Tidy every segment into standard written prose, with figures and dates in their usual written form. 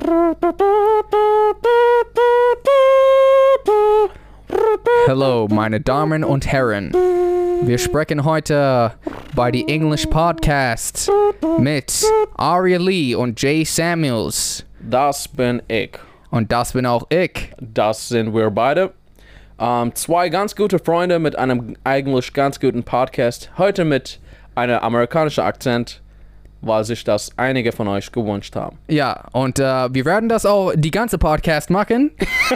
Hallo, meine Damen und Herren. Wir sprechen heute bei die English Podcast mit Aria Lee und Jay Samuels. Das bin ich. Und das bin auch ich. Das sind wir beide. Zwei ganz gute Freunde mit einem eigentlich ganz guten Podcast. Heute mit einem amerikanischen Akzent, weil sich das einige von euch gewünscht haben. Ja, und wir werden das auch die ganze Podcast machen.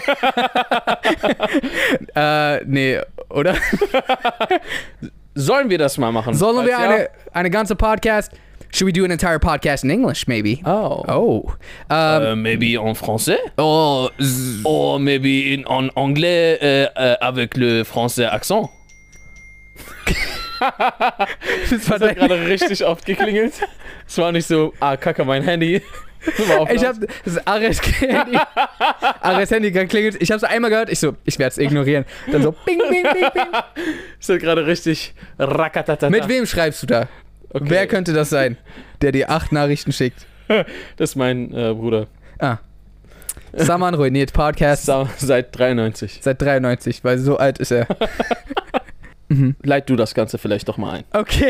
Nee, oder? Sollen wir das mal machen? Sollen wir ja? eine ganze Podcast? Should we do an entire podcast in English, maybe? Oh. Maybe en français? Oh. Or maybe en anglais avec le français accent? Das hat gerade richtig oft geklingelt. Es war nicht so, kacke, mein Handy. Ich hab das Ares Handy geklingelt. Ich hab's einmal gehört. Ich werde es ignorieren. Dann so bing, bing, bing, bing. Es hat gerade richtig rakatatata. Mit wem schreibst du da? Okay. Wer könnte das sein, der dir 8 Nachrichten schickt? Das ist mein Bruder. Saman ruiniert Podcast. Seit 93. Seit 93, weil so alt ist er. Leit du das Ganze vielleicht doch mal ein. Okay.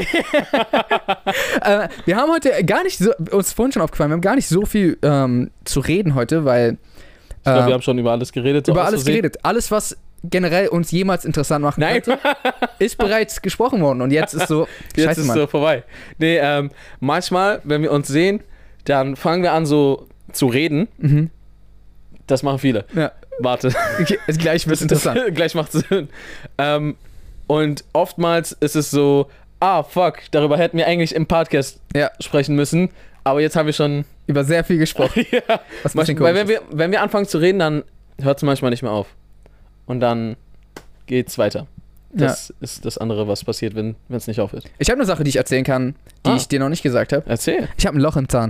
Wir haben heute gar nicht so, uns vorhin schon aufgefallen, wir haben gar nicht so viel zu reden heute, weil ich glaube, wir haben schon über alles geredet. Über alles geredet. Alles, was generell uns jemals interessant machen könnte, ist bereits gesprochen worden. Und jetzt ist so, jetzt ist so vorbei. Nee, manchmal, wenn wir uns sehen, dann fangen wir an so zu reden. Mhm. Das machen viele. Ja. Warte. Okay, gleich wird es interessant. Gleich macht es Sinn. Und oftmals ist es so, fuck, darüber hätten wir eigentlich im Podcast sprechen müssen. Aber jetzt haben wir schon über sehr viel gesprochen. Ja. Was weil wenn wir anfangen zu reden, dann hört es manchmal nicht mehr auf. Und dann geht's weiter. Das ist das andere, was passiert, wenn es nicht aufhört. Ich habe eine Sache, die ich erzählen kann, die ich dir noch nicht gesagt habe. Erzähl. Ich habe ein Loch im Zahn.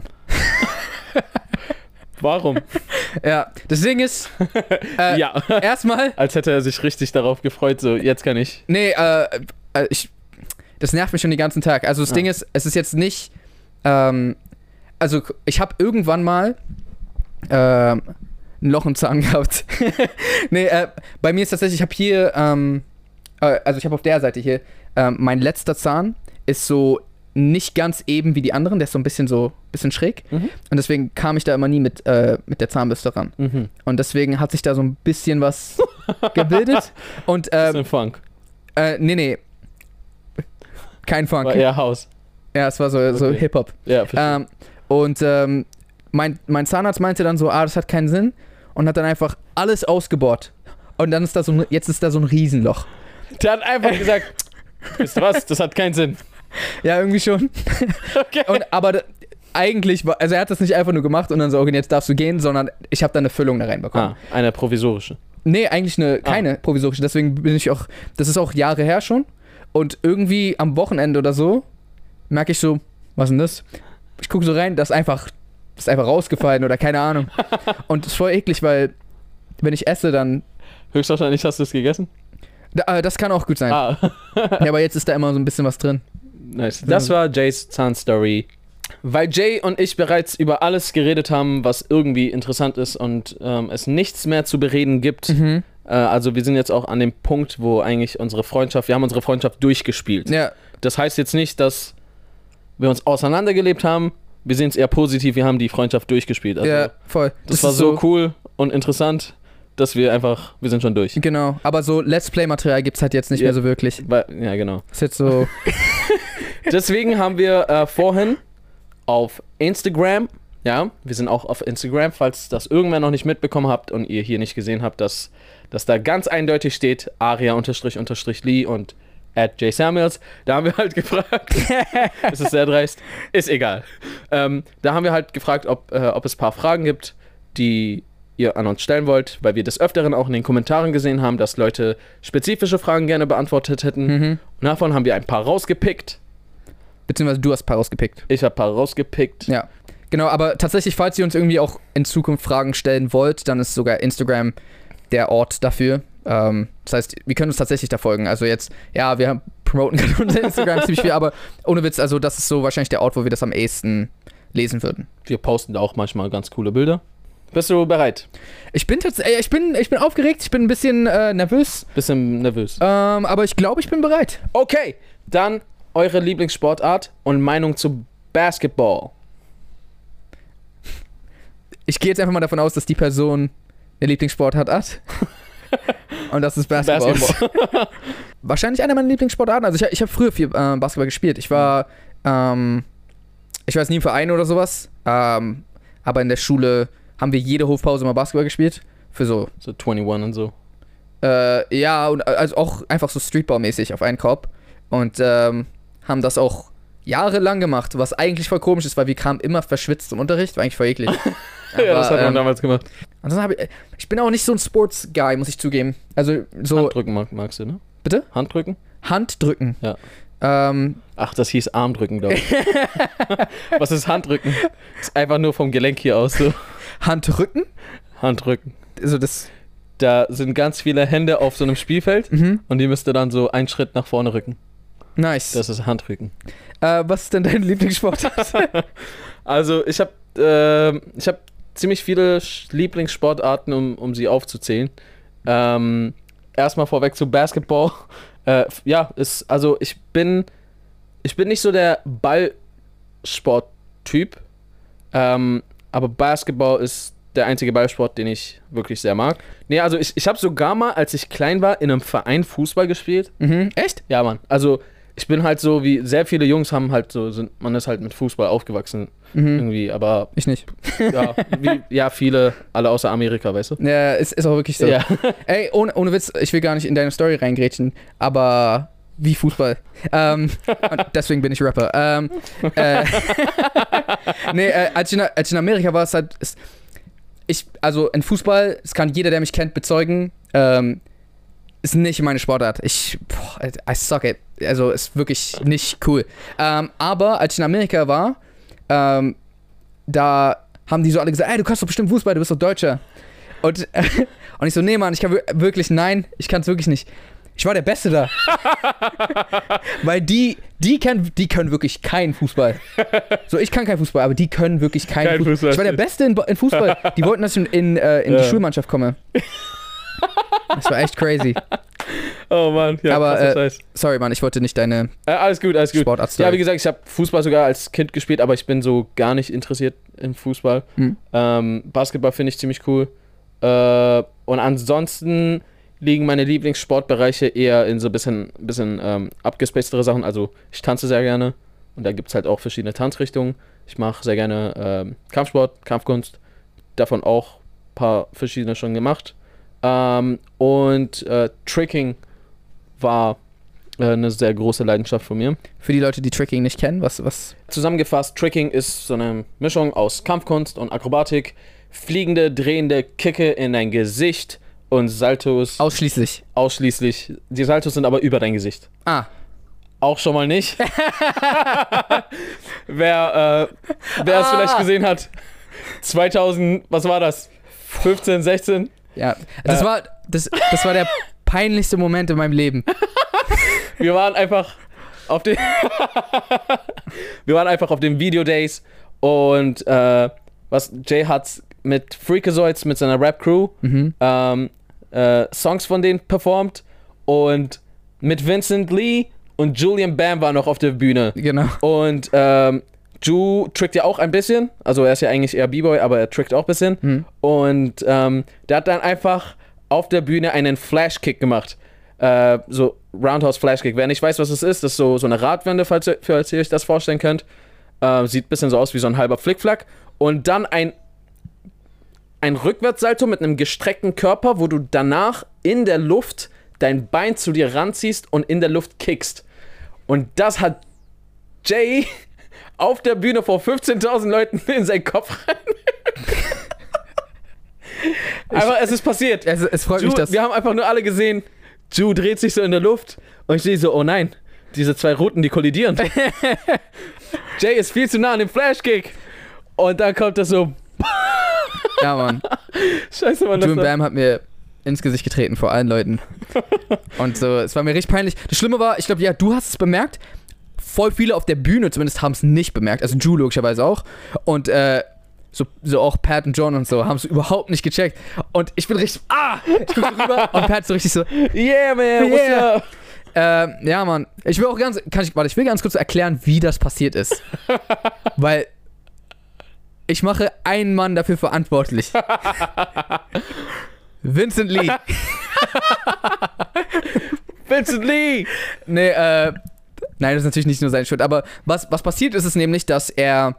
Warum? Ja, das Ding ist, erstmal... Als hätte er sich richtig darauf gefreut, so, jetzt kann ich... Nee, das nervt mich schon den ganzen Tag. Also das Ding ist, es ist jetzt nicht... also ich habe irgendwann mal ein Loch im Zahn gehabt. Nee, bei mir ist tatsächlich, ich habe hier, also ich habe auf der Seite hier, mein letzter Zahn ist so nicht ganz eben wie die anderen, der ist so ein bisschen schräg. Mhm. Und deswegen kam ich da immer nie mit der Zahnbürste ran. Mhm. Und deswegen hat sich da so ein bisschen was gebildet. Und, das ist ein Funk. Nee. Kein Funk. War eher Haus. Ja, es war so Hip-Hop. Ja, verstehe. Und mein Zahnarzt meinte dann so, das hat keinen Sinn. Und hat dann einfach alles ausgebohrt. Und dann ist da jetzt ist da so ein Riesenloch. Der hat einfach gesagt, wisst ihr was, das hat keinen Sinn. Ja, irgendwie schon. Okay. Aber eigentlich, also er hat das nicht einfach nur gemacht und dann so, okay, jetzt darfst du gehen, sondern ich habe da eine Füllung da reinbekommen. Eine provisorische. Nee, eigentlich keine provisorische, deswegen bin ich auch, das ist auch Jahre her schon und irgendwie am Wochenende oder so merke ich so, was ist denn das? Ich gucke so rein, das ist einfach rausgefallen oder keine Ahnung. Und das ist voll eklig, weil wenn ich esse, dann... Höchstwahrscheinlich hast du es gegessen? Das kann auch gut sein. Ja, aber jetzt ist da immer so ein bisschen was drin. Nice. Das war Jays Zahnstory. Weil Jay und ich bereits über alles geredet haben, was irgendwie interessant ist und es nichts mehr zu bereden gibt. Mhm. Also wir sind jetzt auch an dem Punkt, wo eigentlich wir haben unsere Freundschaft durchgespielt. Ja. Das heißt jetzt nicht, dass wir uns auseinandergelebt haben. Wir sehen es eher positiv, wir haben die Freundschaft durchgespielt. Also ja, voll. Das war so cool und interessant, dass wir sind schon durch. Genau, aber so Let's Play-Material gibt es halt jetzt nicht mehr so wirklich. Ja, genau. Ist jetzt so... Deswegen haben wir vorhin auf Instagram, wir sind auch auf Instagram, falls das irgendwer noch nicht mitbekommen habt und ihr hier nicht gesehen habt, dass da ganz eindeutig steht, aria__lee und @jsamuels. Da haben wir halt gefragt, das ist sehr dreist, ist egal. Da haben wir halt gefragt, ob es ein paar Fragen gibt, die ihr an uns stellen wollt, weil wir des Öfteren auch in den Kommentaren gesehen haben, dass Leute spezifische Fragen gerne beantwortet hätten. Mhm. Und davon haben wir ein paar rausgepickt. Beziehungsweise du hast ein paar rausgepickt. Ich habe ein paar rausgepickt. Ja, genau, aber tatsächlich, falls ihr uns irgendwie auch in Zukunft Fragen stellen wollt, dann ist sogar Instagram der Ort dafür. Das heißt, wir können uns tatsächlich da folgen. Also jetzt, wir promoten gerade unser Instagram ziemlich viel, aber ohne Witz, also das ist so wahrscheinlich der Ort, wo wir das am ehesten lesen würden. Wir posten da auch manchmal ganz coole Bilder. Bist du bereit? Ich bin aufgeregt, ich bin ein bisschen nervös. Bisschen nervös. Aber ich glaube, ich bin bereit. Okay, dann eure Lieblingssportart und Meinung zu Basketball. Ich gehe jetzt einfach mal davon aus, dass die Person eine Lieblingssportart hat. Und das ist Basketball. Wahrscheinlich eine meiner Lieblingssportarten. Also ich habe früher viel Basketball gespielt. Ich war jetzt nie im Verein oder sowas. Aber in der Schule haben wir jede Hofpause mal Basketball gespielt. Für so 21 und so. Ja, und also auch einfach so Streetball-mäßig auf einen Korb. Und haben das auch jahrelang gemacht, was eigentlich voll komisch ist, weil wir kamen immer verschwitzt zum Unterricht. War eigentlich voll eklig. Aber, ja, das hat man damals gemacht. Ansonsten ich bin auch nicht so ein Sports-Guy, muss ich zugeben. Also so... Handrücken magst du, ne? Bitte? Handrücken? Handrücken. Ja. Ach, das hieß Armdrücken, glaube ich. Was ist Handrücken? Ist einfach nur vom Gelenk hier aus so. Handrücken? Handrücken. Also das... Da sind ganz viele Hände auf so einem Spielfeld und die müsste dann so einen Schritt nach vorne rücken. Nice. Das ist Handrücken. Was ist denn dein Lieblingssportart? Also ich habe ziemlich viele Lieblingssportarten, um sie aufzuzählen. Erstmal vorweg zu Basketball. Ich bin nicht so der Ballsport-Typ, aber Basketball ist der einzige Ballsport, den ich wirklich sehr mag. Nee, also ich habe sogar mal, als ich klein war, in einem Verein Fußball gespielt. Mhm, echt? Ja, Mann. Also ich bin halt so, wie sehr viele Jungs haben halt so, man ist halt mit Fußball aufgewachsen irgendwie, aber... Ich nicht. Ja, viele, alle außer Amerika, weißt du? Ja, ist auch wirklich so. Ja. Ey, ohne Witz, ich will gar nicht in deine Story reingrätschen, aber wie Fußball. Und deswegen bin ich Rapper. Als ich in Amerika war, also in Fußball, das kann jeder, der mich kennt, bezeugen, ist nicht meine Sportart. I suck it. Also ist wirklich nicht cool. Aber als ich in Amerika war, da haben die so alle gesagt, ey, du kannst doch bestimmt Fußball, du bist doch Deutscher. Und ich so, nee, Mann, ich kann wirklich, nein, ich kann es wirklich nicht. Ich war der Beste da. Weil die können wirklich keinen Fußball. So, ich kann keinen Fußball, aber die können wirklich keinen Fußball. Ich war der Beste in Fußball. Die wollten, dass ich in die Schulmannschaft komme. Das war echt crazy. Oh Mann, ja, aber sorry, Mann, ich wollte nicht deine alles gut. Sportartstory. Ja, wie gesagt, ich habe Fußball sogar als Kind gespielt, aber ich bin so gar nicht interessiert in Fußball. Basketball finde ich ziemlich cool. Und ansonsten liegen meine Lieblingssportbereiche eher in so ein bisschen abgespacedere Sachen. Also ich tanze sehr gerne und da gibt es halt auch verschiedene Tanzrichtungen. Ich mache sehr gerne Kampfsport, Kampfkunst, davon auch ein paar verschiedene schon gemacht. Und Tricking war eine sehr große Leidenschaft von mir. Für die Leute, die Tricking nicht kennen, was? Zusammengefasst, Tricking ist so eine Mischung aus Kampfkunst und Akrobatik, fliegende, drehende Kicke in dein Gesicht und Saltos. Ausschließlich. Die Saltos sind aber über dein Gesicht. Ah. Auch schon mal nicht. Wer es vielleicht gesehen hat, 2000, was war das? 15, 16? Ja, das war der peinlichste Moment in meinem Leben. Wir waren einfach auf den Video-Days und Jay hat mit Freakazoids, mit seiner Rap-Crew Songs von denen performt und mit Vincent Lee und Julian Bam war noch auf der Bühne. Genau. Und Ju trickt ja auch ein bisschen, also er ist ja eigentlich eher B-Boy, aber er trickt auch ein bisschen. Und der hat dann einfach auf der Bühne einen Flashkick gemacht. So Roundhouse Flashkick. Wer nicht weiß, was es ist, das ist so eine Radwende, falls ihr euch das vorstellen könnt. Sieht ein bisschen so aus wie so ein halber Flickflack. Und dann ein Rückwärtssalto mit einem gestreckten Körper, wo du danach in der Luft dein Bein zu dir ranziehst und in der Luft kickst. Und das hat Jay auf der Bühne vor 15.000 Leuten in seinen Kopf rein. Aber es ist passiert. Es freut mich, dass... Wir haben einfach nur alle gesehen, Ju dreht sich so in der Luft und ich sehe so, oh nein, diese zwei Routen, die kollidieren. Jay ist viel zu nah an dem Flashkick. Und dann kommt das so... Ja, Mann. Scheiße, Mann. Julian Bam hat mir ins Gesicht getreten vor allen Leuten. Und so, es war mir richtig peinlich. Das Schlimme war, ich glaube, ja, du hast es bemerkt. Voll viele auf der Bühne zumindest haben es nicht bemerkt. Also Ju logischerweise auch. Und so auch Pat und John und so, haben es überhaupt nicht gecheckt. Und ich bin richtig, ich guck so rüber und Pat so richtig so, Yeah, man, what's Yeah. up? ja, Mann. Ich will auch ich will ganz kurz erklären, wie das passiert ist. Weil ich mache einen Mann dafür verantwortlich. Vincent Lee. Vincent Lee! Nee, nein, das ist natürlich nicht nur seine Schuld. Aber was passiert ist, ist nämlich, dass er,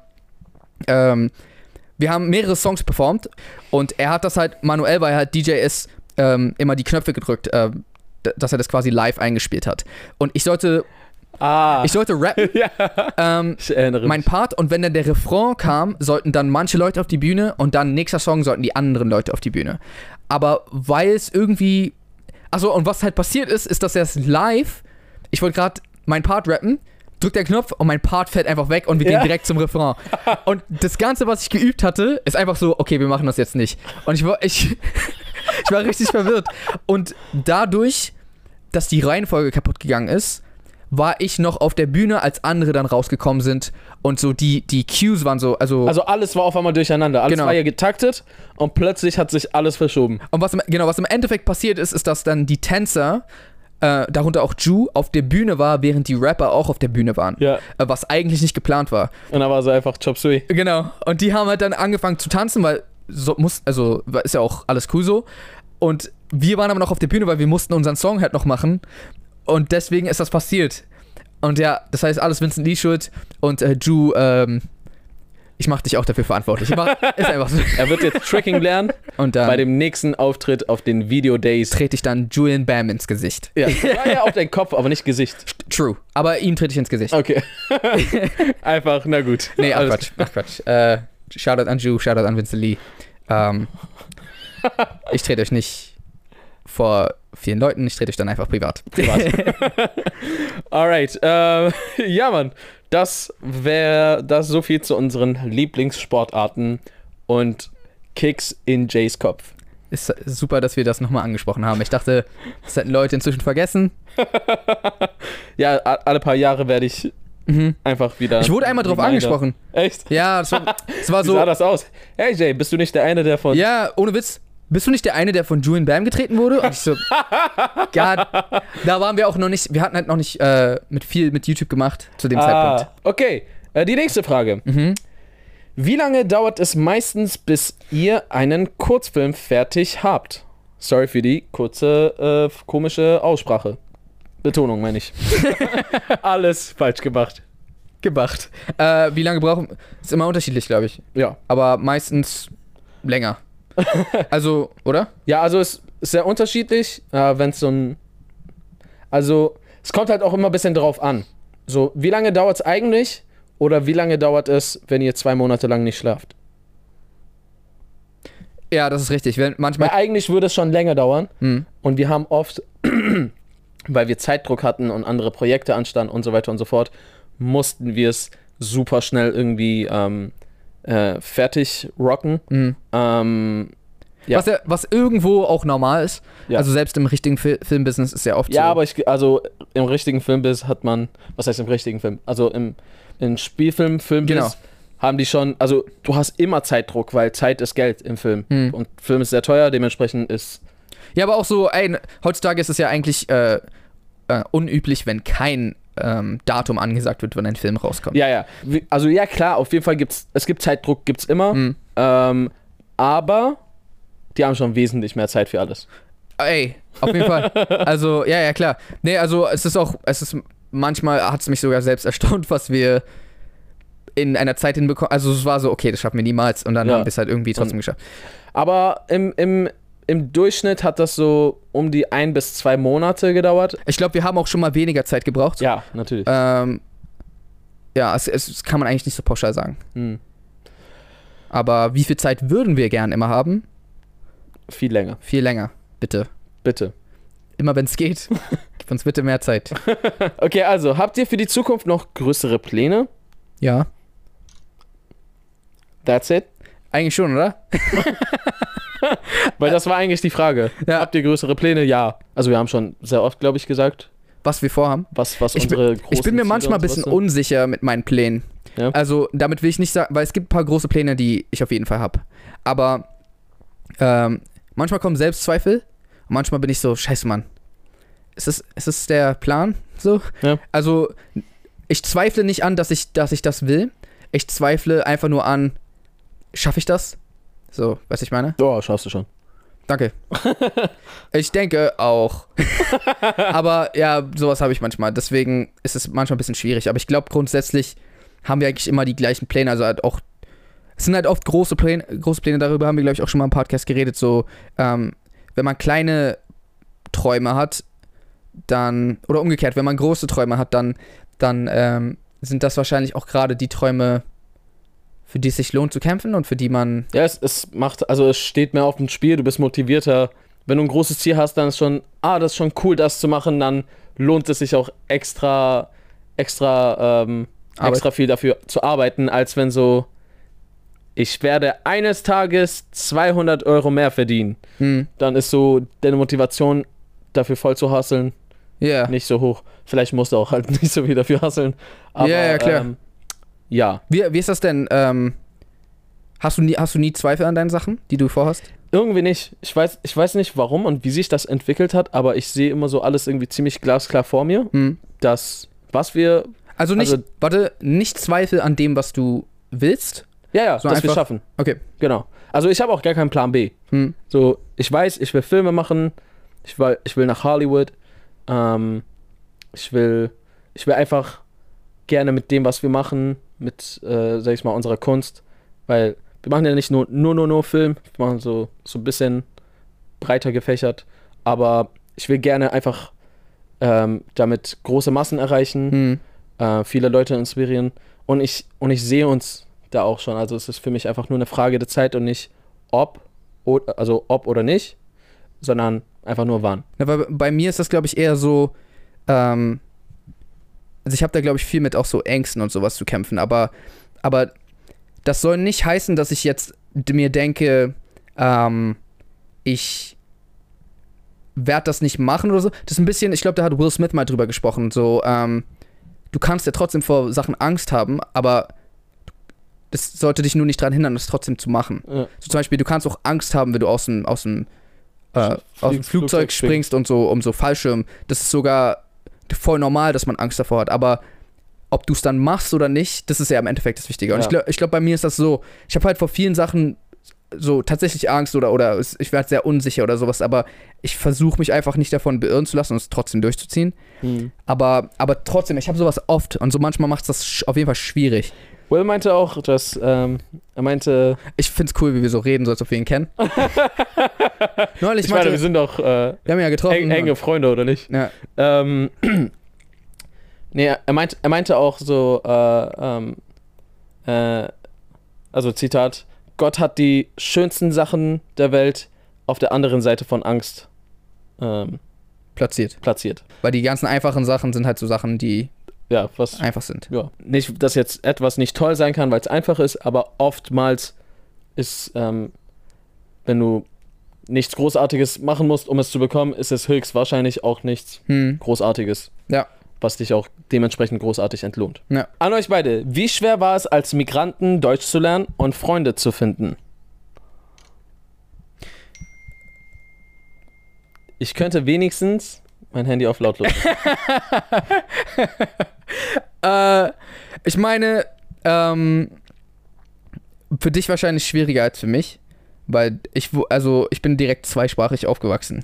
wir haben mehrere Songs performt und er hat das halt manuell, weil er halt DJ ist, immer die Knöpfe gedrückt, dass er das quasi live eingespielt hat. Und ich sollte rappen, Ja. Ich erinnere mein mich. Part, und wenn dann der Refrain kam, sollten dann manche Leute auf die Bühne und dann nächster Song sollten die anderen Leute auf die Bühne. Aber weil es irgendwie, achso, und was halt passiert ist, dass er es live, ich wollte gerade meinen Part rappen, drückt der Knopf und mein Part fällt einfach weg und wir gehen direkt zum Refrain. Und das Ganze, was ich geübt hatte, ist einfach so, okay, wir machen das jetzt nicht. Und ich war richtig verwirrt. Und dadurch, dass die Reihenfolge kaputt gegangen ist, war ich noch auf der Bühne, als andere dann rausgekommen sind und so die Cues waren so, also alles war auf einmal durcheinander. Alles Genau. war ja getaktet und plötzlich hat sich alles verschoben. und was im Endeffekt passiert ist, dass dann die Tänzer, darunter auch Ju, auf der Bühne war, während die Rapper auch auf der Bühne waren. Ja. Was eigentlich nicht geplant war. Und dann war so einfach Chop Suey. Genau. Und die haben halt dann angefangen zu tanzen, weil ist ja auch alles cool so. Und wir waren aber noch auf der Bühne, weil wir mussten unseren Song halt noch machen. Und deswegen ist das passiert. Und ja, das heißt alles Vincent Lee schuld. Und Ju, ich mach dich auch dafür verantwortlich. Ist einfach so. Er wird jetzt Tracking lernen. Und dann Bei dem nächsten Auftritt auf den Video Days. trete ich dann Julian Bam ins Gesicht. Ja, war ja auf deinen Kopf, aber nicht Gesicht. True. Aber ihm trete ich ins Gesicht. Okay. Einfach, na gut. Nee, ach Alles- Quatsch. Shoutout an Ju, Shoutout an Vincent Lee. Ich trete euch nicht vor vielen Leuten, ich trete euch dann einfach privat. Alright. Ja, Mann. Das wäre das so viel zu unseren Lieblingssportarten und Kicks in Jays Kopf. Ist super, dass wir das nochmal angesprochen haben. Ich dachte, das hätten Leute inzwischen vergessen. Ja, alle paar Jahre werde ich einfach wieder. Ich wurde einmal drauf Reminder. angesprochen. Echt? Ja, das war Wie sah so. das aus? Hey Jay, bist du nicht der eine, der von. Ja, ohne Witz. Bist du nicht der eine, der von Julian Bam getreten wurde? Und ich so, God, da waren wir auch noch nicht, wir hatten halt noch nicht mit YouTube gemacht zu dem Zeitpunkt. Okay, die nächste Frage. Mhm. Wie lange dauert es meistens, bis ihr einen Kurzfilm fertig habt? Sorry für die kurze, komische Aussprache. Betonung, meine ich. Alles falsch gemacht. Gemacht. Wie lange brauchen, ist immer unterschiedlich, glaube ich. Ja. Aber meistens länger. Also, oder? Ja, also es ist sehr unterschiedlich, wenn es so ein. Also, es kommt halt auch immer ein bisschen drauf an. So, wie lange dauert es eigentlich? Oder wie lange dauert es, wenn ihr 2 Monate lang nicht schlaft? Ja, das ist richtig. Manchmal. Weil eigentlich würde es schon länger dauern. Hm. Und wir haben oft, weil wir Zeitdruck hatten und andere Projekte anstanden und so weiter und so fort, mussten wir es super schnell irgendwie fertig rocken. Mhm. Ja. Was irgendwo auch normal ist. Ja. Also selbst im richtigen Filmbusiness ist ja oft Ja, so. aber also im richtigen Filmbiss hat man, was heißt im richtigen Film? Also im Filmbiss Genau. haben die schon, also du hast immer Zeitdruck, weil Zeit ist Geld im Film. Hm. Und Film ist sehr teuer, dementsprechend ist. Ja, aber auch so, heutzutage ist es ja eigentlich unüblich, wenn kein Datum angesagt wird, wenn ein Film rauskommt. Ja, ja. Also ja, klar, auf jeden Fall es gibt Zeitdruck, gibt's immer. Mhm. Aber die haben schon wesentlich mehr Zeit für alles. Ey, auf jeden Fall. Also, ja, klar. Nee, also manchmal hat es mich sogar selbst erstaunt, was wir in einer Zeit hinbekommen. Also es war so, okay, das schaffen wir niemals. Und dann haben wir es halt irgendwie trotzdem geschafft. Aber im Durchschnitt hat das so um die 1 bis 2 Monate gedauert. Ich glaube, wir haben auch schon mal weniger Zeit gebraucht. Ja, natürlich. Ja, es kann man eigentlich nicht so pauschal sagen. Hm. Aber wie viel Zeit würden wir gern immer haben? Viel länger. Viel länger, bitte. Bitte. Immer wenn es geht, gib uns bitte mehr Zeit. Okay, also, habt ihr für die Zukunft noch größere Pläne? Ja, That's it? eigentlich schon, oder? Weil das war eigentlich die Frage. Ja. Habt ihr größere Pläne? Ja. Also wir haben schon sehr oft, glaube ich, gesagt. was wir vorhaben. Was Ich unsere bin, ich bin mir großen manchmal ein Ziele und bisschen sowas sind? unsicher mit meinen Plänen. Ja. Also damit will ich nicht sagen, weil es gibt ein paar große Pläne, die ich auf jeden Fall habe. Aber manchmal kommen Selbstzweifel. Und manchmal bin ich so, scheiße, Mann. Ist es der Plan? So? Ja. Also ich zweifle nicht an, dass ich das will. Ich zweifle einfach nur an, schaffe ich das? So, was ich meine? Ja, schaffst du schon. Danke. Ich denke auch. Aber ja, sowas habe ich manchmal. Deswegen ist es manchmal ein bisschen schwierig. Aber ich glaube, grundsätzlich haben wir eigentlich immer die gleichen Pläne. Also halt auch, es sind halt oft große Pläne. Darüber haben wir, glaube ich, auch schon mal im Podcast geredet. So, wenn man kleine Träume hat, dann, oder umgekehrt, wenn man große Träume hat, dann sind das wahrscheinlich auch gerade die Träume, für die es sich lohnt zu kämpfen und für die man... Ja, es steht mehr auf dem Spiel, du bist motivierter. Wenn du ein großes Ziel hast, dann ist schon, das ist schon cool, das zu machen, dann lohnt es sich auch extra viel dafür zu arbeiten, als wenn so, ich werde eines Tages 200 Euro mehr verdienen. Dann ist so deine Motivation, dafür voll zu hustlen, nicht so hoch. Vielleicht musst du auch halt nicht so viel dafür hustlen. Aber, ja, klar. Ja. Wie ist das denn? Hast du nie Zweifel an deinen Sachen, die du vorhast? Irgendwie nicht. Ich weiß nicht, warum und wie sich das entwickelt hat, aber ich sehe immer so alles irgendwie ziemlich glasklar vor mir, dass was wir... nicht Zweifel an dem, was du willst? Ja, so dass wir einfach schaffen. Okay. Genau. Also ich habe auch gar keinen Plan B. So, ich weiß, ich will Filme machen, ich will nach Hollywood, ich will einfach gerne mit dem, was wir machen, mit, sag ich mal, unserer Kunst, weil wir machen ja nicht nur Film, wir machen so ein bisschen breiter gefächert, aber ich will gerne einfach damit große Massen erreichen, viele Leute inspirieren und ich sehe uns da auch schon, also es ist für mich einfach nur eine Frage der Zeit und nicht ob oder nicht, sondern einfach nur wann. Ja, weil bei mir ist das, glaube ich, eher so, also ich habe da, glaube ich, viel mit auch so Ängsten und sowas zu kämpfen, aber das soll nicht heißen, dass ich jetzt mir denke, ich werde das nicht machen oder so. Das ist ein bisschen, ich glaube, da hat Will Smith mal drüber gesprochen, so, du kannst ja trotzdem vor Sachen Angst haben, aber das sollte dich nur nicht daran hindern, das trotzdem zu machen. Ja. So zum Beispiel, du kannst auch Angst haben, wenn du aus dem Flugzeug springst und so um so Fallschirm. Das ist sogar voll normal, dass man Angst davor hat, aber ob du es dann machst oder nicht, das ist ja im Endeffekt das Wichtige. Und ich glaube, bei mir ist das so, ich habe halt vor vielen Sachen so tatsächlich Angst oder ich werde sehr unsicher oder sowas, aber ich versuche mich einfach nicht davon beirren zu lassen und es trotzdem durchzuziehen. Aber trotzdem, ich habe sowas oft und so manchmal macht es das auf jeden Fall schwierig. Will meinte auch, dass, ich find's cool, wie wir so reden, so als ob wir ihn kennen. Neulich ich meine, wir sind doch wir haben ja getroffen. Enge Freunde, oder nicht? Ja. Nee, er meinte auch so, also Zitat, Gott hat die schönsten Sachen der Welt auf der anderen Seite von Angst platziert. Weil die ganzen einfachen Sachen sind halt so Sachen, die was einfach sind. Ja. Nicht, dass jetzt etwas nicht toll sein kann, weil es einfach ist, aber oftmals ist, wenn du nichts Großartiges machen musst, um es zu bekommen, ist es höchstwahrscheinlich auch nichts Großartiges. Ja. Was dich auch dementsprechend großartig entlohnt. Ja. An euch beide, wie schwer war es als Migranten Deutsch zu lernen und Freunde zu finden? Ich könnte wenigstens mein Handy auf lautlos. Ich meine, für dich wahrscheinlich schwieriger als für mich, weil ich bin direkt zweisprachig aufgewachsen.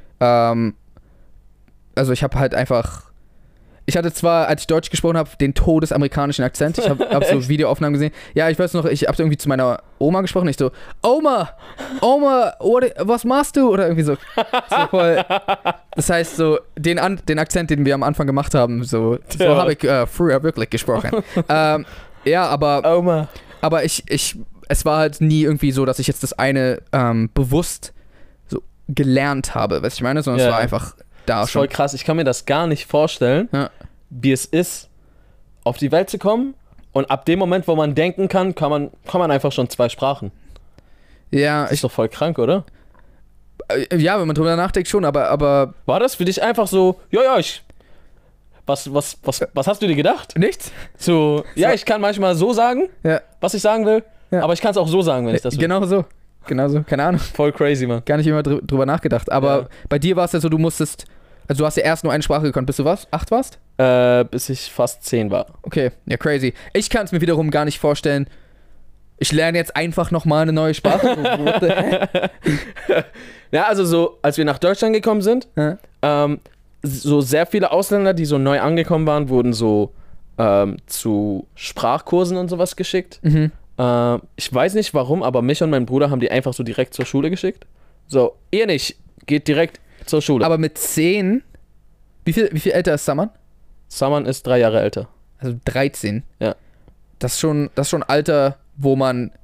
Also ich habe halt einfach, ich hatte zwar, als ich Deutsch gesprochen habe, den todesamerikanischen Akzent. Ich habe so Videoaufnahmen gesehen. Ja, ich weiß noch, ich habe irgendwie zu meiner Oma gesprochen. Ich so, Oma, was machst du? Oder irgendwie so voll. Das heißt so, den Akzent, den wir am Anfang gemacht haben, so habe ich früher wirklich gesprochen. Ja, aber Oma. Aber es war halt nie irgendwie so, dass ich jetzt das eine bewusst so gelernt habe, was ich meine, sondern es war einfach da das ist schon. Voll krass, ich kann mir das gar nicht vorstellen, wie es ist, auf die Welt zu kommen und ab dem Moment, wo man denken kann man einfach schon 2 Sprachen. Ja. Das ist doch voll krank, oder? Ja, wenn man drüber nachdenkt schon, aber... War das für dich einfach so, ich Was hast du dir gedacht? Nichts? So, ja, ich kann manchmal so sagen, Ja. was ich sagen will, Ja. aber ich kann es auch so sagen, wenn ich das will. Genau so. Keine Ahnung. Voll crazy, Mann. Gar nicht immer drüber nachgedacht. Aber Ja. bei dir war es ja so, du hast ja erst nur eine Sprache gekonnt, bis du 8 warst? Bis ich fast 10 war. Okay, ja, crazy. Ich kann es mir wiederum gar nicht vorstellen, ich lerne jetzt einfach nochmal eine neue Sprache. So, what the heck? Ja, also so, als wir nach Deutschland gekommen sind, Ja. so sehr viele Ausländer, die so neu angekommen waren, wurden so zu Sprachkursen und sowas geschickt. Mhm. Ich weiß nicht warum, aber mich und mein Bruder haben die einfach so direkt zur Schule geschickt. So, ihr nicht, geht direkt zur Schule. Aber mit 10, wie viel älter ist Saman? Saman ist 3 Jahre älter. Also 13. Ja. Das ist schon Alter, wo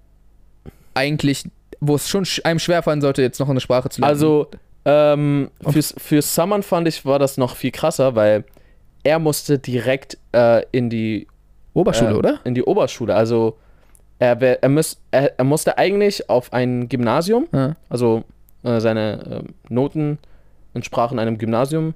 es schon einem schwerfallen sollte, jetzt noch eine Sprache zu lernen. Also, für Saman fand ich, war das noch viel krasser, weil er musste direkt in die Oberschule, oder? In die Oberschule. Also, er musste eigentlich auf ein Gymnasium, Ja. also seine Noten entsprachen einem Gymnasium,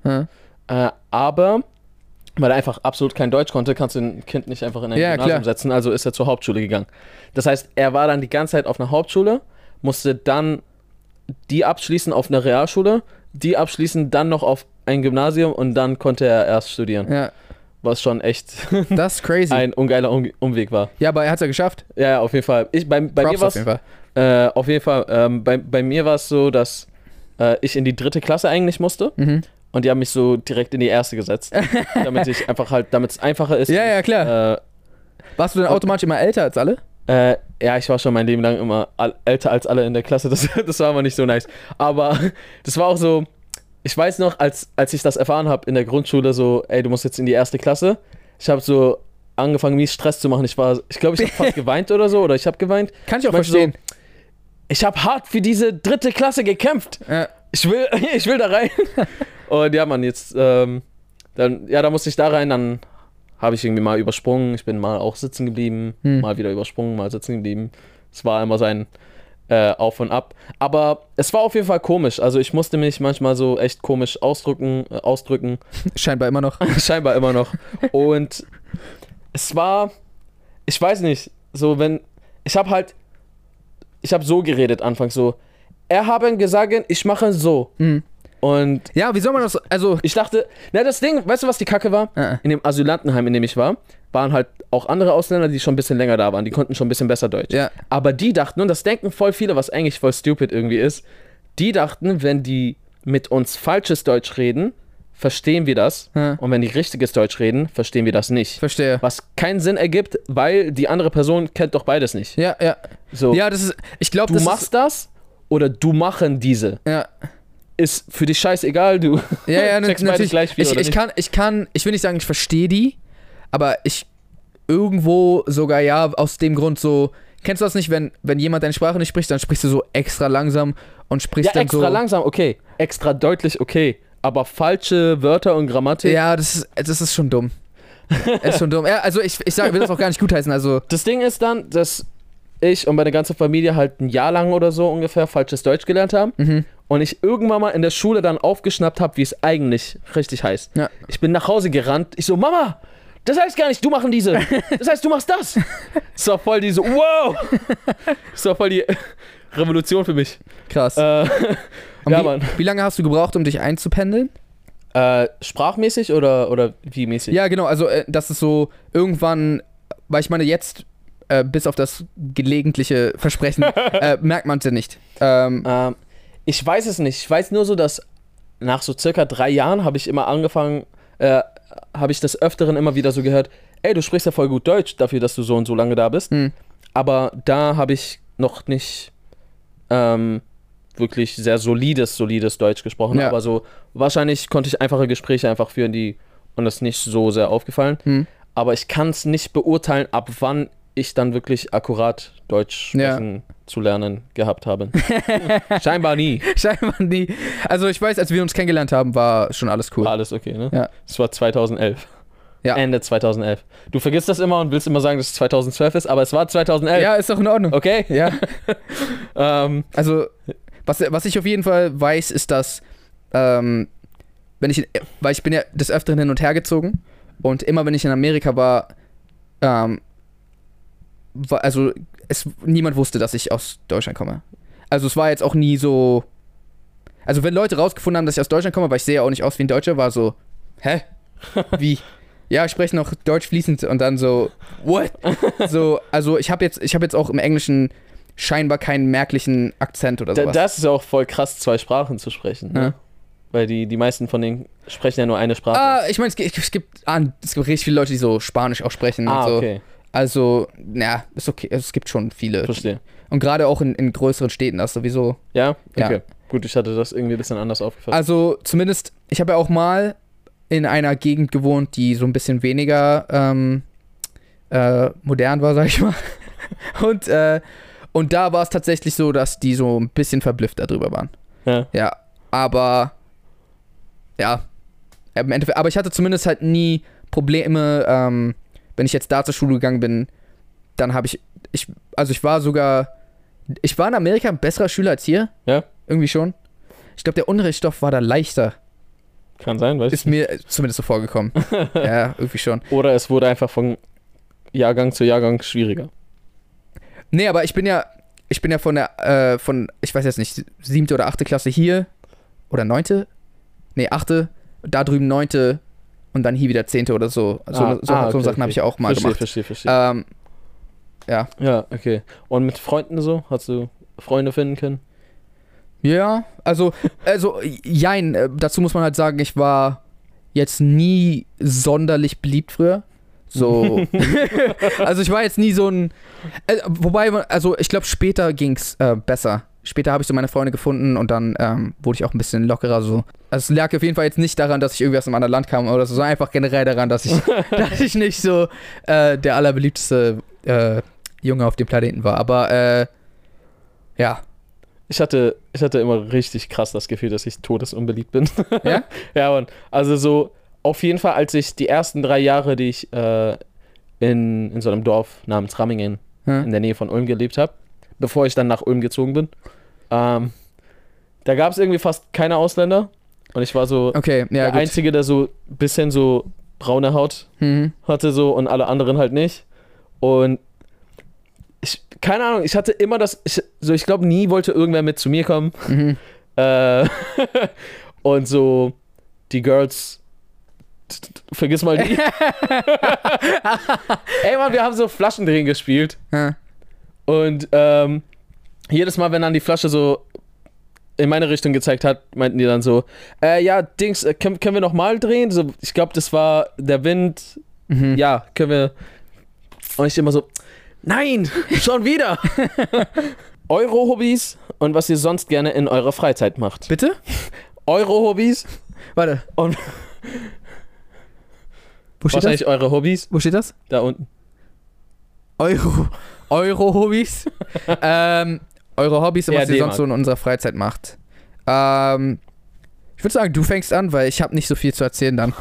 aber weil er einfach absolut kein Deutsch konnte, kannst du ein Kind nicht einfach in ein Ja, Gymnasium klar. setzen, also ist er zur Hauptschule gegangen. Das heißt, er war dann die ganze Zeit auf einer Hauptschule, musste dann die abschließen auf einer Realschule, die abschließen dann noch auf ein Gymnasium und dann konnte er erst studieren. Ja, Was schon echt das ist crazy. ein ungeiler Umweg war. Ja, aber er hat es ja geschafft. Ja, auf jeden Fall. Bei mir Props war auf jeden Fall. auf jeden Fall. Bei mir war es so, dass ich in die 3. Klasse eigentlich musste. Mhm. Und die haben mich so direkt in die 1. gesetzt. damit es einfacher ist. Ja, ja, klar. Warst du dann automatisch immer älter als alle? Ja, ich war schon mein Leben lang immer älter als alle in der Klasse. Das war aber nicht so nice. Aber das war auch so, ich weiß noch, als ich das erfahren habe in der Grundschule, so, ey, du musst jetzt in die 1. Klasse. Ich habe so angefangen, mies Stress zu machen. Ich glaube, ich habe fast geweint oder so. Oder ich habe geweint. Kann ich auch meinte verstehen. So, ich habe hart für diese 3. Klasse gekämpft. Ja. Ich will da rein. Und ja, Mann, jetzt, da musste ich da rein, dann habe ich irgendwie mal übersprungen. Ich bin mal auch sitzen geblieben, mal wieder übersprungen, mal sitzen geblieben. Es war immer sein Auf und Ab. Aber es war auf jeden Fall komisch. Also ich musste mich manchmal so echt komisch ausdrücken. Scheinbar immer noch. Scheinbar immer noch. Und es war, ich weiß nicht, so ich habe so geredet anfangs so, er haben gesagt, ich mache so. Mhm. Und Ja, wie soll man das, also... ich dachte, das Ding, weißt du, was die Kacke war? In dem Asylantenheim, in dem ich war, waren halt auch andere Ausländer, die schon ein bisschen länger da waren. Die konnten schon ein bisschen besser Deutsch. Ja. Aber die dachten, und das denken voll viele, was eigentlich voll stupid irgendwie ist, die dachten, wenn die mit uns falsches Deutsch reden, verstehen wir das. Ja. Und wenn die richtiges Deutsch reden, verstehen wir das nicht. Verstehe. Was keinen Sinn ergibt, weil die andere Person kennt doch beides nicht. Ja, ja. So, Ja, das ist, ich glaube, du das machst das oder du machen diese. ist... Ja. Ist für dich scheißegal, du Ja, checkst beides natürlich. gleich viel, oder Ich will nicht sagen, ich verstehe die, aber ich irgendwo sogar ja aus dem Grund so, kennst du das nicht, wenn jemand deine Sprache nicht spricht, dann sprichst du so extra langsam und sprichst Ja, dann extra so... langsam, okay. Extra deutlich, okay. Aber falsche Wörter und Grammatik. Ja, das ist schon dumm. Das ist schon dumm. Ja, also ich will das auch gar nicht gutheißen, also... Das Ding ist dann, dass ich und meine ganze Familie halt ein Jahr lang oder so ungefähr falsches Deutsch gelernt haben. Mhm. Und ich irgendwann mal in der Schule dann aufgeschnappt habe, wie es eigentlich richtig heißt. Ja. Ich bin nach Hause gerannt. Ich so, Mama, das heißt gar nicht, du machen diese. Das heißt, du machst das. Das war voll die so, wow. Das war voll die Revolution für mich. Krass. Und ja, Mann. Wie lange hast du gebraucht, um dich einzupendeln? Sprachmäßig oder wie mäßig? Ja, genau, also das ist so irgendwann, weil ich meine jetzt, bis auf das gelegentliche Versprechen, merkt man es ja nicht. Ich weiß es nicht. Ich weiß nur so, dass nach so circa 3 Jahren habe ich immer angefangen, habe ich des Öfteren immer wieder so gehört, ey, du sprichst ja voll gut Deutsch dafür, dass du so und so lange da bist. Aber da habe ich noch nicht wirklich sehr solides Deutsch gesprochen. Ja. Aber so wahrscheinlich konnte ich einfache Gespräche einfach führen, und das ist nicht so sehr aufgefallen. Aber ich kann es nicht beurteilen, ab wann ich dann wirklich akkurat Deutsch sprechen zu lernen gehabt habe. Scheinbar nie. Scheinbar nie. Also ich weiß, als wir uns kennengelernt haben, war schon alles cool. War alles okay, ne? Ja. Es war 2011. Ja. Ende 2011. Du vergisst das immer und willst immer sagen, dass es 2012 ist, aber es war 2011. Ja, ist doch in Ordnung. Okay? Ja. Also, was ich auf jeden Fall weiß, ist, dass, weil ich bin ja des Öfteren hin und her gezogen Und immer wenn ich in Amerika war, also niemand wusste, dass ich aus Deutschland komme. Also es war jetzt auch nie so. Also wenn Leute rausgefunden haben, dass ich aus Deutschland komme, weil ich sehe ja auch nicht aus wie ein Deutscher, war so, hä? Wie? Ja, ich spreche noch Deutsch fließend und dann so, what? So, also ich habe jetzt auch im Englischen scheinbar keinen merklichen Akzent oder sowas. Das ist ja auch voll krass, 2 Sprachen zu sprechen. Ne? Ja. Weil die meisten von denen sprechen ja nur eine Sprache. Ich meine, es gibt richtig viele Leute, die so Spanisch auch sprechen und so. Okay. Also, ja, ist okay. Es gibt schon viele. Verstehe. Und gerade auch in größeren Städten, das sowieso. Ja? Okay. Ja. Gut, ich hatte das irgendwie ein bisschen anders aufgefasst. Also, zumindest, ich habe ja auch mal in einer Gegend gewohnt, die so ein bisschen weniger modern war, sag ich mal. Und da war es tatsächlich so, dass die so ein bisschen verblüfft darüber waren. Ja. Ja, aber ja, im Endeffekt, aber ich hatte zumindest halt nie Probleme, wenn ich jetzt da zur Schule gegangen bin, dann habe ich war in Amerika ein besserer Schüler als hier. Ja? Irgendwie schon. Ich glaube, der Unterrichtsstoff war da leichter. Kann sein, weiß ich Ist mir zumindest so vorgekommen. Ja, irgendwie schon. Oder es wurde einfach von Jahrgang zu Jahrgang schwieriger. Nee, aber ich bin ja von ich weiß jetzt nicht, 7. oder 8. Klasse hier. Oder 9. Nee, 8. Da drüben 9. Und dann hier wieder 10. oder so. So Okay, Sachen habe ich ja auch mal gemacht. Verstehe. Ja. Ja, okay. Und mit Freunden so? Hast du Freunde finden können? Ja, also jein, dazu muss man halt sagen, ich war jetzt nie sonderlich beliebt früher. So. Also ich war jetzt nie so ein. Ich glaube, später ging's besser. Später habe ich so meine Freunde gefunden und dann wurde ich auch ein bisschen lockerer so. Also es lag auf jeden Fall jetzt nicht daran, dass ich irgendwie aus einem anderen Land kam oder so, sondern einfach generell daran, dass ich nicht so der allerbeliebteste Junge auf dem Planeten war. Aber ja. Ich hatte immer richtig krass das Gefühl, dass ich todesunbeliebt bin. Ja? Ja, und also so auf jeden Fall, als ich die ersten 3 Jahre, die ich in so einem Dorf namens Rammingen in der Nähe von Ulm gelebt habe, bevor ich dann nach Ulm gezogen bin, da gab es irgendwie fast keine Ausländer und ich war so der Einzige, der so ein bisschen so braune Haut hatte so und alle anderen halt nicht. Und keine Ahnung, ich hatte immer ich glaube, nie wollte irgendwer mit zu mir kommen. Und so die Girls, vergiss mal die. Ey Mann, wir haben so Flaschendrehen gespielt. Und jedes Mal, wenn dann die Flasche so in meine Richtung gezeigt hat, meinten die dann so, ja, Dings, können wir nochmal drehen? So, ich glaube, das war der Wind. Ja, können wir. Und ich immer so, nein, schon wieder. Eure Hobbys und was ihr sonst gerne in eurer Freizeit macht. Bitte? Eure Hobbys. Warte. Und wo steht wahrscheinlich das? eure Hobbys. Wo steht das? Da unten. Eure Hobbys? Eure Hobbys und was ihr sonst so in unserer Freizeit macht. Ich würde sagen, du fängst an, weil ich habe nicht so viel zu erzählen dann.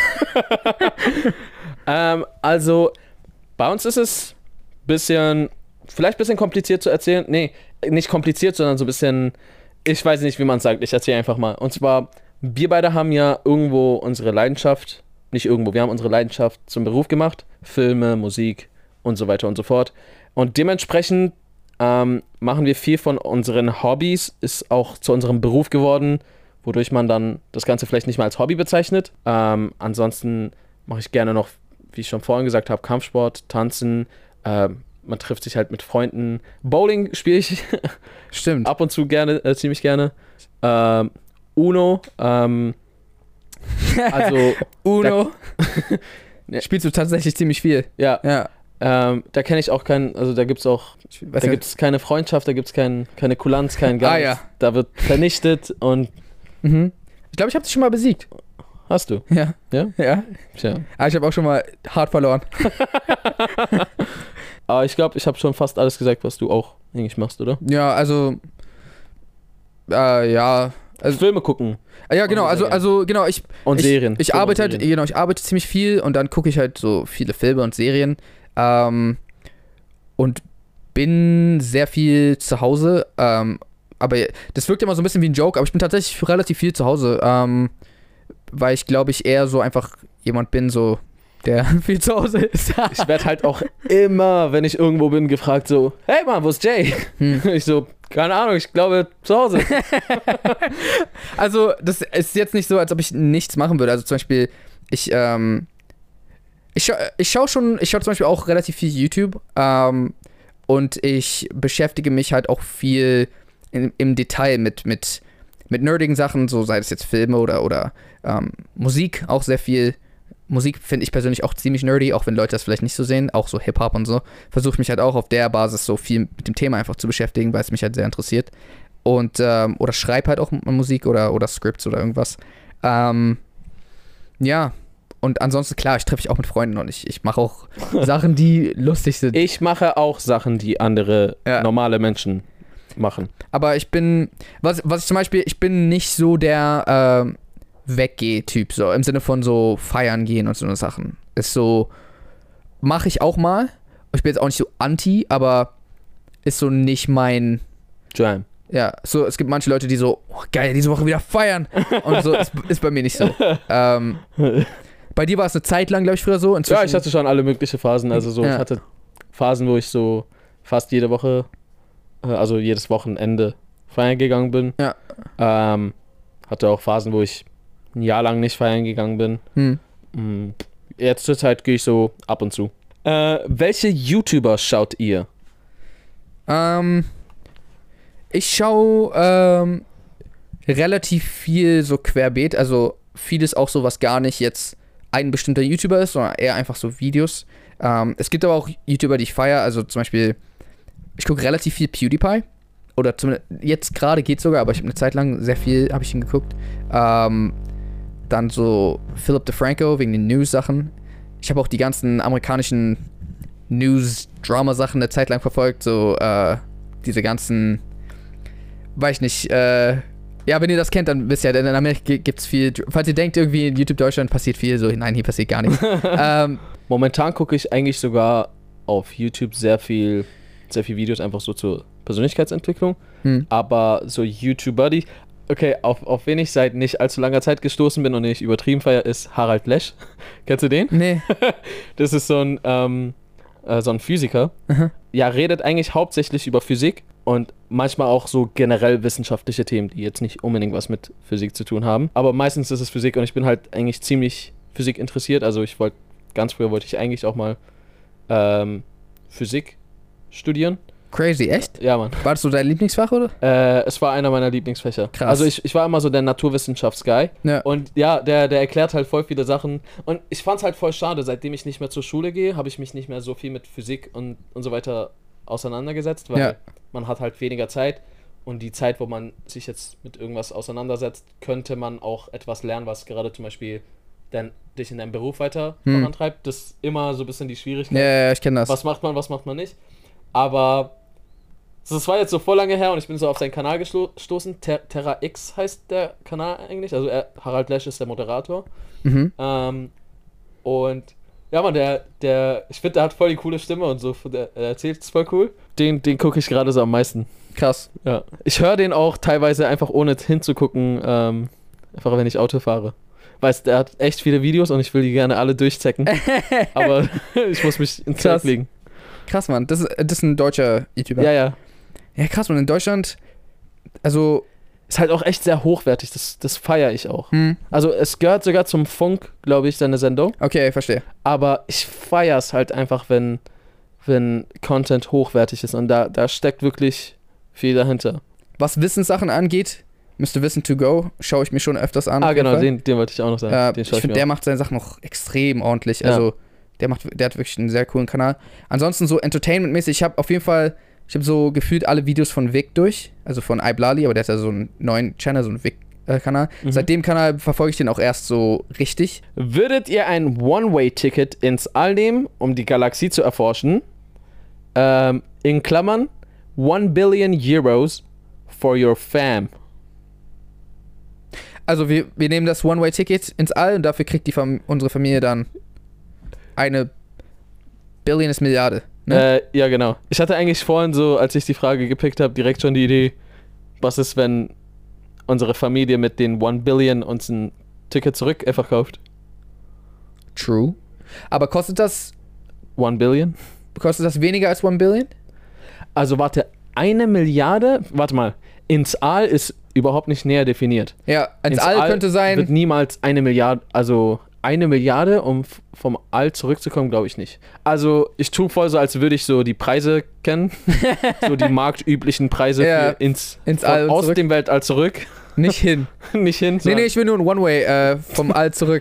Also, bei uns ist es vielleicht ein bisschen kompliziert zu erzählen. Nee, nicht kompliziert, sondern so ein bisschen, ich weiß nicht, wie man es sagt. Ich erzähle einfach mal. Und zwar, wir beide haben ja irgendwo unsere Leidenschaft, nicht irgendwo, wir haben unsere Leidenschaft zum Beruf gemacht. Filme, Musik und so weiter und so fort. Und dementsprechend machen wir viel von unseren Hobbys, ist auch zu unserem Beruf geworden, wodurch man dann das Ganze vielleicht nicht mehr als Hobby bezeichnet. Ansonsten mache ich gerne noch, wie ich schon vorhin gesagt habe, Kampfsport, Tanzen. Man trifft sich halt mit Freunden. Bowling spiele ich Stimmt. ab und zu gerne, ziemlich gerne. Uno. Also Uno. Spielst du tatsächlich ziemlich viel? Ja. Ja. Da kenne ich auch keinen, also da gibt es keine Freundschaft, da gibt es keine Kulanz, kein gar nichts. Ja. Da wird vernichtet und Ich glaube, ich habe dich schon mal besiegt. hast du. Ja. Ja? Ja. Tja. Aber ich habe auch schon mal hart verloren. Aber ich glaube, ich habe schon fast alles gesagt, was du auch eigentlich machst, oder? Ja, also ja. Also, Filme gucken. Ja, genau, genau, Und Serien. Ich arbeite halt, genau, ich arbeite ziemlich viel und dann gucke ich halt so viele Filme und Serien. Und bin sehr viel zu Hause. Aber das wirkt immer so ein bisschen wie ein Joke, aber ich bin tatsächlich relativ viel zu Hause. Weil ich glaube, ich eher so einfach jemand bin, so der viel zu Hause ist. Ich werde halt auch immer, wenn ich irgendwo bin, gefragt so, hey Mann, wo ist Jay? Ich so, keine Ahnung, ich glaube zu Hause. Also, das ist jetzt nicht so, als ob ich nichts machen würde. Also zum Beispiel, ich schaue zum Beispiel auch relativ viel YouTube und ich beschäftige mich halt auch viel im Detail mit nerdigen Sachen, so sei es jetzt Filme oder Musik, auch sehr viel. Musik finde ich persönlich auch ziemlich nerdy, auch wenn Leute das vielleicht nicht so sehen, auch so Hip-Hop und so. Versuche ich mich halt auch auf der Basis so viel mit dem Thema einfach zu beschäftigen, weil es mich halt sehr interessiert. Und, oder schreibe halt auch Musik oder Scripts oder irgendwas. Ja, und ansonsten, klar, ich treffe mich auch mit Freunden und ich mache auch Sachen, die lustig sind. Ich mache auch Sachen, die andere normale Menschen machen. Aber ich bin, was ich zum Beispiel, ich bin nicht so der Weggeh-Typ, so im Sinne von so feiern gehen und so eine Sachen. Ist so, mache ich auch mal. Ich bin jetzt auch nicht so anti, aber ist so nicht mein Jam. Ja, so, es gibt manche Leute, die so, oh, geil, diese Woche wieder feiern. Und so ist bei mir nicht so. Bei dir war es eine Zeit lang, glaube ich, früher so. Ja, ich hatte schon alle möglichen Phasen. Also so, Ja. ich hatte Phasen, wo ich so fast jede Woche, also jedes Wochenende feiern gegangen bin. Ja. Hatte auch Phasen, wo ich ein Jahr lang nicht feiern gegangen bin. Jetzt zur Zeit gehe ich so ab und zu. Welche YouTuber schaut ihr? Ich schaue relativ viel so querbeet, also vieles auch so, was gar nicht jetzt ein bestimmter YouTuber ist, sondern eher einfach so Videos. Es gibt aber auch YouTuber, die ich feiere, also zum Beispiel, ich gucke relativ viel PewDiePie. Oder zumindest, jetzt gerade geht's sogar, aber ich habe eine Zeit lang sehr viel, habe ich ihn geguckt. Dann so Philip DeFranco wegen den News-Sachen. Ich habe auch die ganzen amerikanischen News-Drama-Sachen eine Zeit lang verfolgt, so diese ganzen, weiß ich nicht, ja, wenn ihr das kennt, dann wisst ihr, denn in Amerika gibt's viel, falls ihr denkt, irgendwie in YouTube Deutschland passiert viel, so, nein, hier passiert gar nichts. Momentan gucke ich eigentlich sogar auf YouTube sehr viel Videos einfach so zur Persönlichkeitsentwicklung, aber so YouTuber, die, okay, auf wen ich seit nicht allzu langer Zeit gestoßen bin und den ich übertrieben feiere, ist Harald Lesch. Kennst du den? Nee. Das ist so ein Physiker. Ja, redet eigentlich hauptsächlich über Physik und manchmal auch so generell wissenschaftliche Themen, die jetzt nicht unbedingt was mit Physik zu tun haben. Aber meistens ist es Physik und ich bin halt eigentlich ziemlich Physik interessiert. Also ganz früher wollte ich eigentlich auch mal Physik studieren. Crazy, echt? Ja, Mann. War das so dein Lieblingsfach, oder? Es war einer meiner Lieblingsfächer. Krass. Also ich war immer so der Naturwissenschaftsguy. Ja. Und ja, der erklärt halt voll viele Sachen. Und ich fand's halt voll schade, seitdem ich nicht mehr zur Schule gehe, habe ich mich nicht mehr so viel mit Physik und so weiter auseinandergesetzt, weil man hat halt weniger Zeit. Und die Zeit, wo man sich jetzt mit irgendwas auseinandersetzt, könnte man auch etwas lernen, was gerade zum Beispiel dich in deinem Beruf weiter vorantreibt. Das ist immer so ein bisschen die Schwierigkeit. Ja, ich kenne das. Was macht man nicht? Aber das war jetzt so voll lange her und ich bin so auf seinen Kanal gestoßen. Terra X heißt der Kanal eigentlich. Also Harald Lesch ist der Moderator. Und ja, man, ich finde, der hat voll die coole Stimme und so. Der erzählt es voll cool. Den gucke ich gerade so am meisten. Krass. Ja. Ich höre den auch teilweise einfach ohne hinzugucken, einfach wenn ich Auto fahre. Weißt, der hat echt viele Videos und ich will die gerne alle durchchecken. Aber ich muss mich ins Zelt legen. Krass, Mann. Das ist ein deutscher YouTuber. Ja. Ja, krass, Mann. In Deutschland, also ist halt auch echt sehr hochwertig. Das feiere ich auch. Also es gehört sogar zum Funk, glaube ich, seine Sendung. Okay, verstehe. Aber ich feiere es halt einfach, wenn Content hochwertig ist. Und da steckt wirklich viel dahinter. Was Wissenssachen angeht, Mr. Wissen to Go schaue ich mir schon öfters an. Ah, genau, den wollte ich auch noch sagen. Ich finde, der macht seine Sachen noch extrem ordentlich. Ja. Also, der hat wirklich einen sehr coolen Kanal. Ansonsten so Entertainment-mäßig, ich habe so gefühlt alle Videos von Vic durch, also von iBlali, aber der hat ja so einen neuen Channel, so einen Vic-Kanal. Seit dem Kanal verfolge ich den auch erst so richtig. Würdet ihr ein One-Way-Ticket ins All nehmen, um die Galaxie zu erforschen? In Klammern, 1 Billion Euros for your fam. Also wir nehmen das One-Way-Ticket ins All und dafür kriegt unsere Familie dann 1 Billion ist Milliarde. Ne? Ja, genau. Ich hatte eigentlich vorhin so, als ich die Frage gepickt habe, direkt schon die Idee, was ist, wenn unsere Familie mit den 1 Billion uns ein Ticket zurück einfach kauft? True. Aber kostet das 1 Billion? weniger als 1 Billion? Also warte, 1 Milliarde? Warte mal, ins All ist überhaupt nicht näher definiert. Ja, ins All könnte sein... wird niemals 1 Milliarde, also 1 Milliarde, um vom All zurückzukommen, glaube ich nicht. Also ich tue voll so, als würde ich so die Preise kennen. So die marktüblichen Preise für ins All aus zurück. dem Weltall zurück. Nicht hin. Nicht hin. Nee, ich will nur ein One-Way vom All zurück.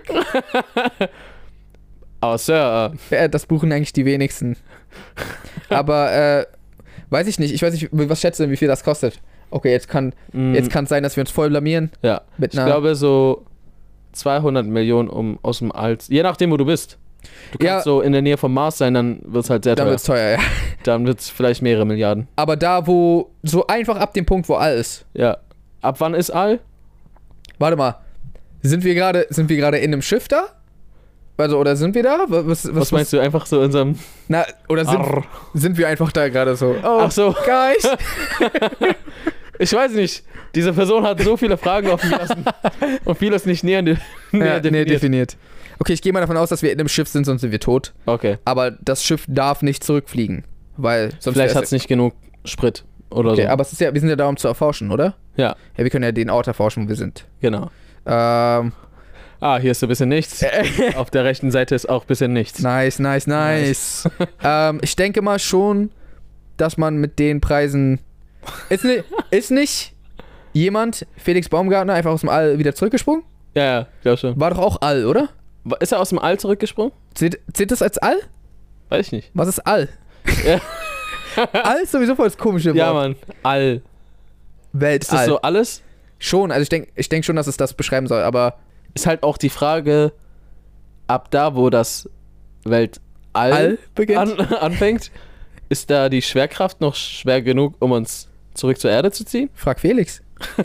Aber Sir, Das buchen eigentlich die wenigsten. Aber weiß ich nicht. Ich weiß nicht, was schätzt du denn, wie viel das kostet? Okay, jetzt kann es sein, dass wir uns voll blamieren. ja, Mit ich einer, glaube so 200 Millionen aus dem All, je nachdem, wo du bist. Du kannst Ja. so in der Nähe vom Mars sein, dann wird es halt sehr dann teuer. wird es teuer, ja. Dann wird es vielleicht mehrere Milliarden. Aber da, wo, so einfach ab dem Punkt, wo All ist. Ja. Ab wann ist All? Warte mal. Sind wir gerade in einem Schiff da? Also, oder sind wir da? Was meinst du? Einfach so in so einem... Na, oder sind wir einfach da gerade so? Oh, Ach so. Guys! Ich weiß nicht. Diese Person hat so viele Fragen offen gelassen und vieles nicht näher definiert. Okay, ich gehe mal davon aus, dass wir in einem Schiff sind, sonst sind wir tot. Okay. Aber das Schiff darf nicht zurückfliegen. Weil sonst Vielleicht hat es nicht genug Sprit oder Okay, so. aber wir sind ja da, um zu erforschen, oder? Ja, Ja, wir können ja den Ort erforschen, wo wir sind. genau. Hier ist ein bisschen nichts. Auf der rechten Seite ist auch ein bisschen nichts. Nice. Ich denke mal schon, dass man mit den Preisen... Ist nicht jemand, Felix Baumgartner, einfach aus dem All wieder zurückgesprungen? Ja, glaub schon. War doch auch All, oder? Ist er aus dem All zurückgesprungen? Zählt das als All? Weiß ich nicht. Was ist All? Ja. All ist sowieso voll das komische Wort. Ja, Mann. All. Weltall. Ist das so alles? Schon, also ich denk schon, dass es das beschreiben soll, aber... Ist halt auch die Frage, ab da, wo das Weltall beginnt? anfängt, ist da die Schwerkraft noch schwer genug, um uns zurück zur Erde zu ziehen? Frag Felix.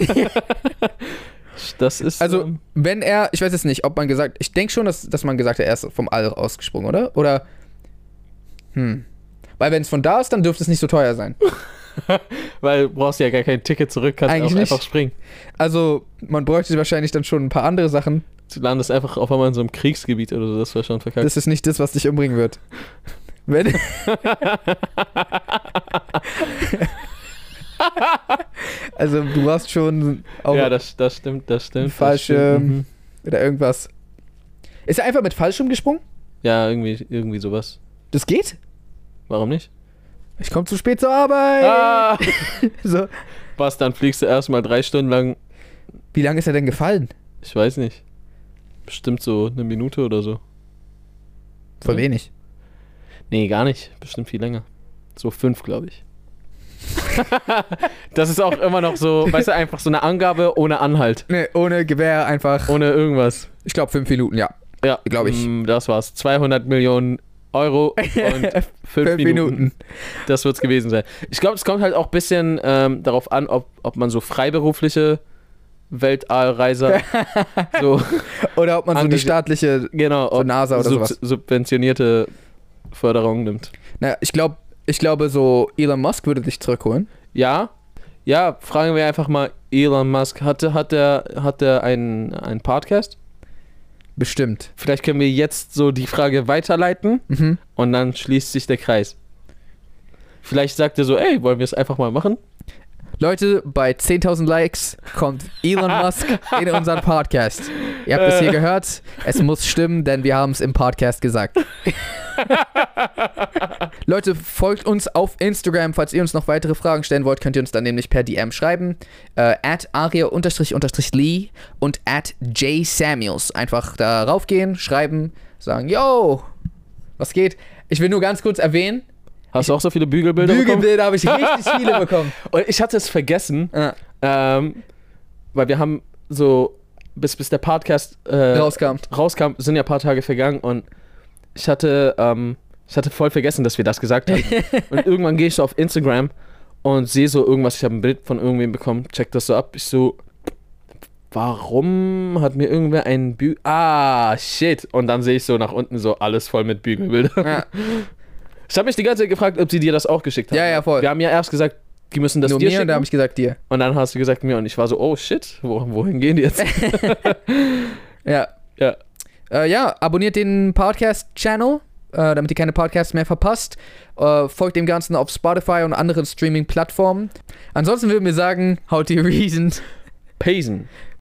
Das ist... Also, wenn er, ich weiß jetzt nicht, ob man gesagt, ich denke schon, dass man gesagt hat, er ist vom All rausgesprungen, oder? Oder, Weil wenn es von da ist, dann dürfte es nicht so teuer sein. Weil du brauchst ja gar kein Ticket zurück, kannst Eigentlich auch nicht. einfach springen. Also, man bräuchte wahrscheinlich dann schon ein paar andere Sachen. Du landest einfach auf einmal in so einem Kriegsgebiet oder so, das wäre schon verkackt. Das ist nicht das, was dich umbringen wird. Wenn... Also, du brauchst schon auch Ja, das stimmt. Fallschirm oder irgendwas. Ist er einfach mit Fallschirm gesprungen? Ja, irgendwie sowas. Das geht? Warum nicht? Ich komme zu spät zur Arbeit. Ah! So. Was, dann fliegst du erstmal 3 Stunden lang, Wie lange ist er denn gefallen? ich weiß nicht, bestimmt so 1 Minute oder so. Voll Ja. wenig. Nee, gar nicht. Bestimmt viel länger. So 5, glaube ich. Das ist auch immer noch so, weißt du, einfach so eine Angabe ohne Anhalt. Nee, ohne Gewehr einfach. Ohne irgendwas. Ich glaube 5 Minuten, ja. Ja, Glaub ich. Das war's. 200 Millionen Euro und 5 Minuten. Das wird's gewesen sein. Ich glaube, es kommt halt auch ein bisschen darauf an, ob man so freiberufliche Weltallreiser so Oder ob man so die staatliche, genau, so NASA oder sowas. subventionierte Förderung nimmt. Naja, ich glaube so Elon Musk würde dich zurückholen. Ja, fragen wir einfach mal Elon Musk. Hat er einen Podcast? Bestimmt. Vielleicht können wir jetzt so die Frage weiterleiten und dann schließt sich der Kreis. Vielleicht sagt er so, ey, wollen wir es einfach mal machen? Leute, bei 10.000 Likes kommt Elon Musk in unseren Podcast. Ihr habt es hier gehört. Es muss stimmen, denn wir haben es im Podcast gesagt. Leute, folgt uns auf Instagram. Falls ihr uns noch weitere Fragen stellen wollt, könnt ihr uns dann nämlich per DM schreiben. @aria__lee und @jsamuels. Einfach da raufgehen, schreiben, sagen, yo, was geht? Ich will nur ganz kurz erwähnen, Hast du auch so viele Bügelbilder bekommen? Bügelbilder habe ich richtig viele bekommen. Und ich hatte es vergessen, Ja. weil wir haben so, bis der Podcast rauskam, sind ja ein paar Tage vergangen und ich hatte voll vergessen, dass wir das gesagt haben. Und irgendwann gehe ich so auf Instagram und sehe so irgendwas, ich habe ein Bild von irgendwem bekommen, check das so ab, ich so, warum hat mir irgendwer ein shit. Und dann sehe ich so nach unten so alles voll mit Bügelbildern. Ja. Ich habe mich die ganze Zeit gefragt, ob sie dir das auch geschickt haben. Ja, voll. Wir haben ja erst gesagt, die müssen das Nur dir mir schicken. und da habe ich gesagt dir. Und dann hast du gesagt mir und ich war so, oh shit, wohin gehen die jetzt? Ja. Ja. Ja, abonniert den Podcast-Channel, damit ihr keine Podcasts mehr verpasst. Folgt dem Ganzen auf Spotify und anderen Streaming-Plattformen. Ansonsten würden wir sagen, haut die Reason. Paysen.